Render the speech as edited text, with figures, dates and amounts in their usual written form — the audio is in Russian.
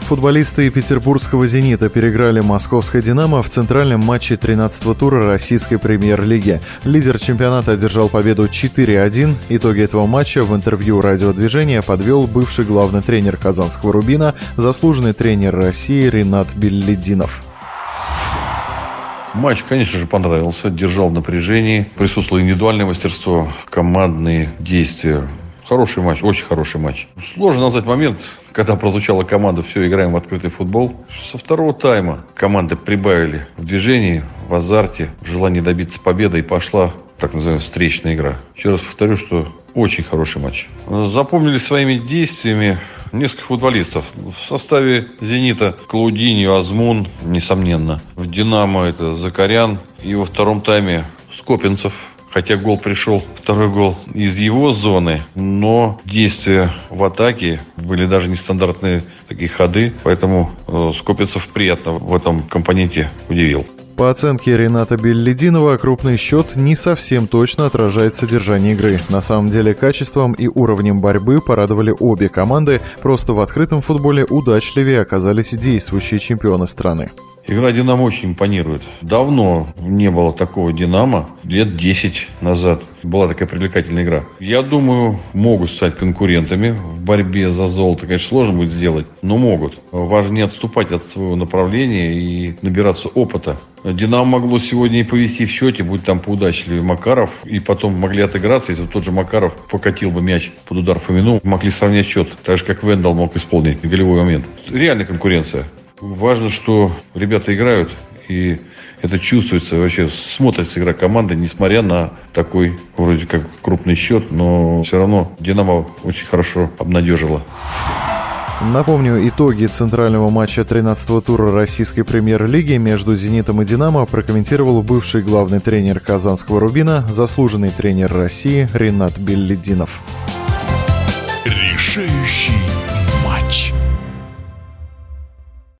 Футболисты петербургского «Зенита» переиграли московское «Динамо» в центральном матче 13-го тура российской премьер-лиги. Лидер чемпионата одержал победу 4-1. Итоги этого матча в интервью радиодвижения подвел бывший главный тренер казанского «Рубина», заслуженный тренер России Ринат Беллидинов. Матч, конечно же, понравился, держал в напряжении. Присутствовало индивидуальное мастерство, командные действия. Хороший матч, очень хороший матч. Сложно назвать момент, когда прозвучала команда «Все, играем в открытый футбол». Со второго тайма команды прибавили в движении, в азарте, в желании добиться победы, и пошла так называемая встречная игра. Еще раз повторю, что очень хороший матч. Запомнили своими действиями несколько футболистов. В составе «Зенита» Клаудиньо, Азмун, несомненно. В «Динамо» это Закарян. И во втором тайме Скопинцев. Хотя гол пришел, второй гол из его зоны, но действия в атаке были даже нестандартные такие ходы. Поэтому Скопинцев приятно в этом компоненте удивил. По оценке Рината Беллидинова, крупный счет не совсем точно отражает содержание игры. На самом деле качеством и уровнем борьбы порадовали обе команды, просто в открытом футболе удачливее оказались действующие чемпионы страны. Игра «Динамо» очень импонирует. Давно не было такого «Динамо». Лет 10 назад была такая привлекательная игра. Я думаю, могут стать конкурентами в борьбе за золото. Конечно, сложно будет сделать, но могут. Важно не отступать от своего направления и набираться опыта. «Динамо» могло сегодня и повести в счете, будь там поудачливее Макаров, и потом могли отыграться, если бы тот же Макаров покатил бы мяч под удар Фомину, могли сравнять счет, так же, как Вендел мог исполнить голевой момент. Реальная конкуренция. Важно, что ребята играют, и это чувствуется, вообще смотрится игра команды, несмотря на такой вроде как крупный счет, но все равно «Динамо» очень хорошо обнадежила. Напомню, итоги центрального матча 13-го тура российской премьер-лиги между «Зенитом» и «Динамо» прокомментировал бывший главный тренер казанского «Рубина», заслуженный тренер России Ринат Беллидинов. Решающий